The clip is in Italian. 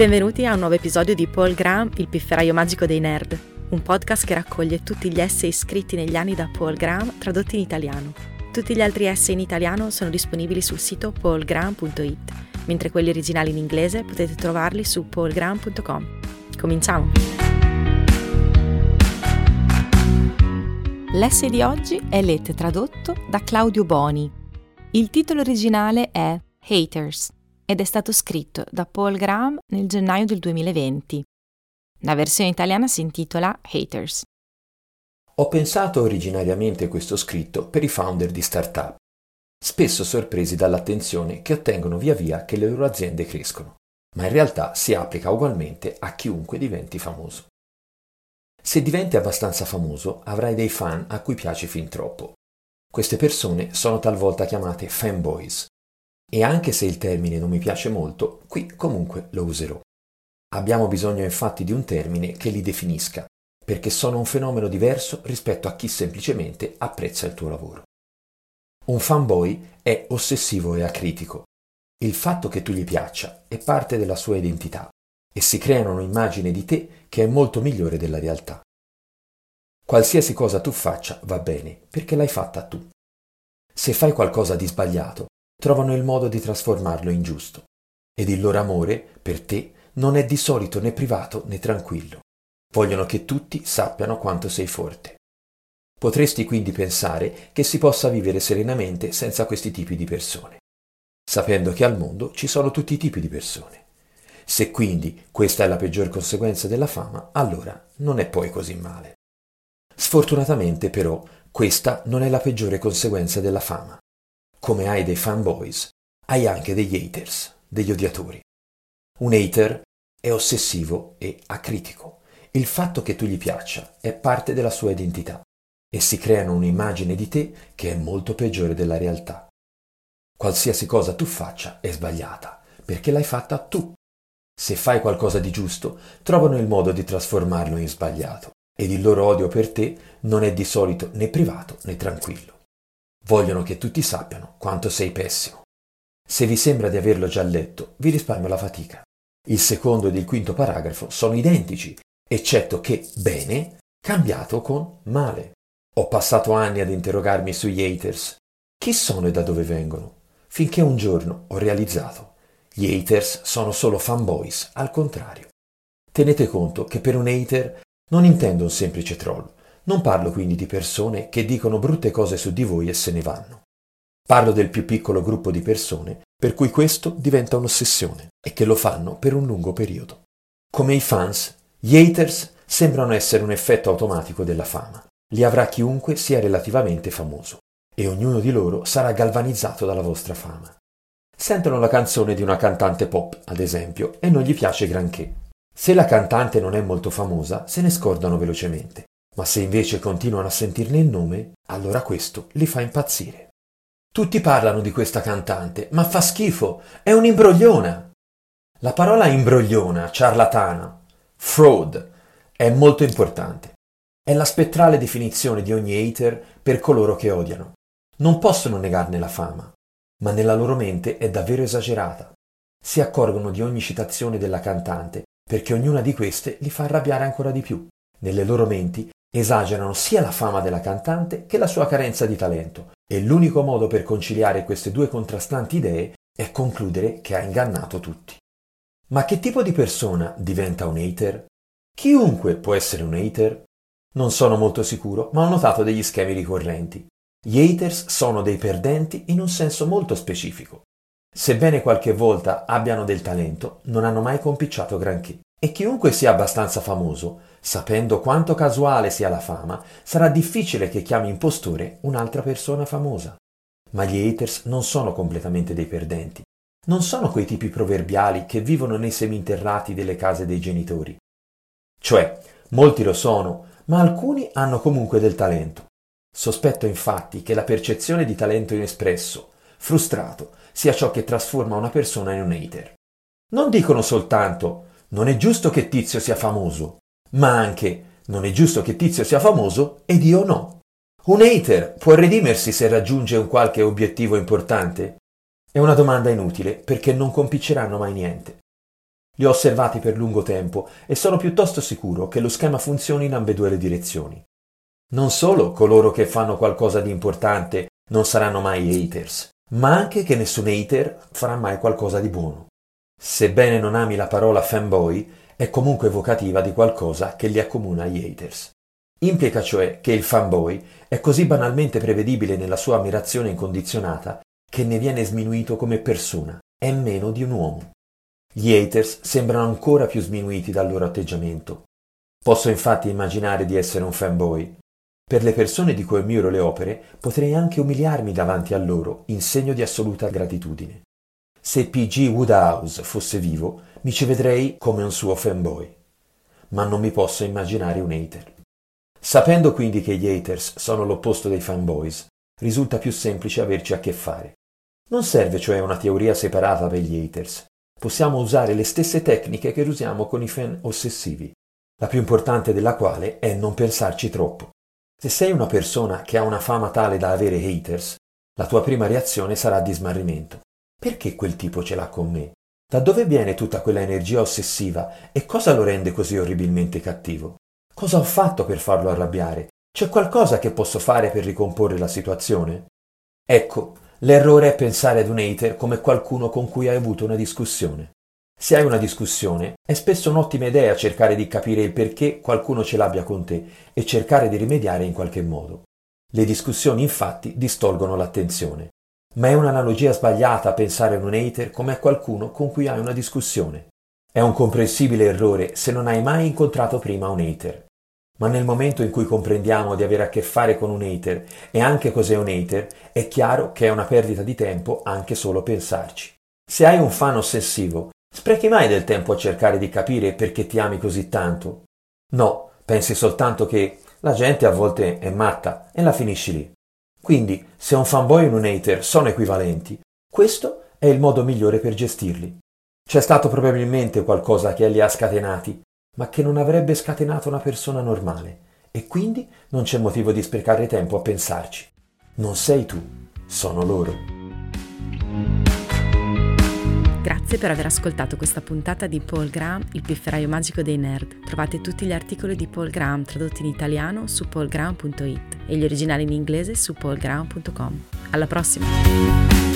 Benvenuti a un nuovo episodio di Paul Graham, il pifferaio magico dei nerd, un podcast che raccoglie tutti gli essay scritti negli anni da Paul Graham tradotti in italiano. Tutti gli altri essay in italiano sono disponibili sul sito paulgraham.it, mentre quelli originali in inglese potete trovarli su paulgraham.com. Cominciamo! L'essay di oggi è letto e tradotto da Claudio Boni. Il titolo originale è Haters ed è stato scritto da Paul Graham nel gennaio del 2020. La versione italiana si intitola Haters. Ho pensato originariamente questo scritto per i founder di startup, spesso sorpresi dall'attenzione che ottengono via via che le loro aziende crescono, ma in realtà si applica ugualmente a chiunque diventi famoso. Se diventi abbastanza famoso, avrai dei fan a cui piaci fin troppo. Queste persone sono talvolta chiamate fanboys. E anche se il termine non mi piace molto, qui comunque lo userò. Abbiamo bisogno infatti di un termine che li definisca, perché sono un fenomeno diverso rispetto a chi semplicemente apprezza il tuo lavoro. Un fanboy è ossessivo e acritico. Il fatto che tu gli piaccia è parte della sua identità e si creano un'immagine di te che è molto migliore della realtà. Qualsiasi cosa tu faccia va bene, perché l'hai fatta tu. Se fai qualcosa di sbagliato, trovano il modo di trasformarlo in giusto, ed il loro amore per te non è di solito né privato né tranquillo. Vogliono che tutti sappiano quanto sei forte. Potresti quindi pensare che si possa vivere serenamente senza questi tipi di persone, sapendo che al mondo ci sono tutti i tipi di persone. Se quindi questa è la peggior conseguenza della fama, allora non è poi così male. Sfortunatamente però questa non è la peggiore conseguenza della fama. Come hai dei fanboys, hai anche degli haters, degli odiatori. Un hater è ossessivo e acritico. Il fatto che tu gli piaccia è parte della sua identità e si creano un'immagine di te che è molto peggiore della realtà. Qualsiasi cosa tu faccia è sbagliata, perché l'hai fatta tu. Se fai qualcosa di giusto, trovano il modo di trasformarlo in sbagliato, ed il loro odio per te non è di solito né privato né tranquillo. Vogliono che tutti sappiano quanto sei pessimo. Se vi sembra di averlo già letto, vi risparmio la fatica. Il secondo ed il quinto paragrafo sono identici, eccetto che bene cambiato con male. Ho passato anni ad interrogarmi sugli haters. Chi sono e da dove vengono? Finché un giorno ho realizzato: gli haters sono solo fanboys, al contrario. Tenete conto che per un hater non intendo un semplice troll. Non parlo quindi di persone che dicono brutte cose su di voi e se ne vanno. Parlo del più piccolo gruppo di persone per cui questo diventa un'ossessione e che lo fanno per un lungo periodo. Come i fans, gli haters sembrano essere un effetto automatico della fama. Li avrà chiunque sia relativamente famoso e ognuno di loro sarà galvanizzato dalla vostra fama. Sentono la canzone di una cantante pop, ad esempio, e non gli piace granché. Se la cantante non è molto famosa, se ne scordano velocemente. Ma se invece continuano a sentirne il nome, allora questo li fa impazzire. Tutti parlano di questa cantante, ma fa schifo, è un'imbrogliona. La parola imbrogliona, ciarlatana, fraud, è molto importante. È la spettrale definizione di ogni hater per coloro che odiano. Non possono negarne la fama, ma nella loro mente è davvero esagerata. Si accorgono di ogni citazione della cantante, perché ognuna di queste li fa arrabbiare ancora di più. Nelle loro menti esagerano sia la fama della cantante che la sua carenza di talento, e l'unico modo per conciliare queste due contrastanti idee è concludere che ha ingannato tutti. Ma che tipo di persona diventa un hater? Chiunque può essere un hater? Non sono molto sicuro, ma ho notato degli schemi ricorrenti. Gli haters sono dei perdenti in un senso molto specifico. Sebbene qualche volta abbiano del talento, non hanno mai compicciato granché. E chiunque sia abbastanza famoso, sapendo quanto casuale sia la fama, sarà difficile che chiami impostore un'altra persona famosa. Ma gli haters non sono completamente dei perdenti. Non sono quei tipi proverbiali che vivono nei seminterrati delle case dei genitori. Cioè, molti lo sono, ma alcuni hanno comunque del talento. Sospetto infatti che la percezione di talento inespresso, frustrato, sia ciò che trasforma una persona in un hater. Non dicono soltanto non è giusto che Tizio sia famoso, ma anche non è giusto che Tizio sia famoso ed io no. Un hater può redimersi se raggiunge un qualche obiettivo importante? È una domanda inutile perché non compicceranno mai niente. Li ho osservati per lungo tempo e sono piuttosto sicuro che lo schema funzioni in ambedue le direzioni. Non solo coloro che fanno qualcosa di importante non saranno mai haters, ma anche che nessun hater farà mai qualcosa di buono. Sebbene non ami la parola fanboy, è comunque evocativa di qualcosa che li accomuna agli haters. Implica cioè che il fanboy è così banalmente prevedibile nella sua ammirazione incondizionata che ne viene sminuito come persona, è meno di un uomo. Gli haters sembrano ancora più sminuiti dal loro atteggiamento. Posso infatti immaginare di essere un fanboy. Per le persone di cui ammiro le opere, potrei anche umiliarmi davanti a loro in segno di assoluta gratitudine. Se P.G. Wodehouse fosse vivo, mi ci vedrei come un suo fanboy. Ma non mi posso immaginare un hater. Sapendo quindi che gli haters sono l'opposto dei fanboys, risulta più semplice averci a che fare. Non serve cioè una teoria separata per gli haters. Possiamo usare le stesse tecniche che usiamo con i fan ossessivi, la più importante della quale è non pensarci troppo. Se sei una persona che ha una fama tale da avere haters, la tua prima reazione sarà di smarrimento. Perché quel tipo ce l'ha con me? Da dove viene tutta quella energia ossessiva e cosa lo rende così orribilmente cattivo? Cosa ho fatto per farlo arrabbiare? C'è qualcosa che posso fare per ricomporre la situazione? Ecco, l'errore è pensare ad un hater come qualcuno con cui hai avuto una discussione. Se hai una discussione, è spesso un'ottima idea cercare di capire il perché qualcuno ce l'abbia con te e cercare di rimediare in qualche modo. Le discussioni infatti distolgono l'attenzione. Ma è un'analogia sbagliata pensare ad un hater come a qualcuno con cui hai una discussione. È un comprensibile errore se non hai mai incontrato prima un hater. Ma nel momento in cui comprendiamo di avere a che fare con un hater e anche cos'è un hater, è chiaro che è una perdita di tempo anche solo pensarci. Se hai un fan ossessivo, sprechi mai del tempo a cercare di capire perché ti ami così tanto? No, pensi soltanto che la gente a volte è matta e la finisci lì. Quindi, se un fanboy e un hater sono equivalenti, questo è il modo migliore per gestirli. C'è stato probabilmente qualcosa che li ha scatenati, ma che non avrebbe scatenato una persona normale, e quindi non c'è motivo di sprecare tempo a pensarci. Non sei tu, sono loro. Grazie per aver ascoltato questa puntata di Paul Graham, il pifferaio magico dei nerd. Trovate tutti gli articoli di Paul Graham tradotti in italiano su paulgraham.it e gli originali in inglese su paulgraham.com. Alla prossima!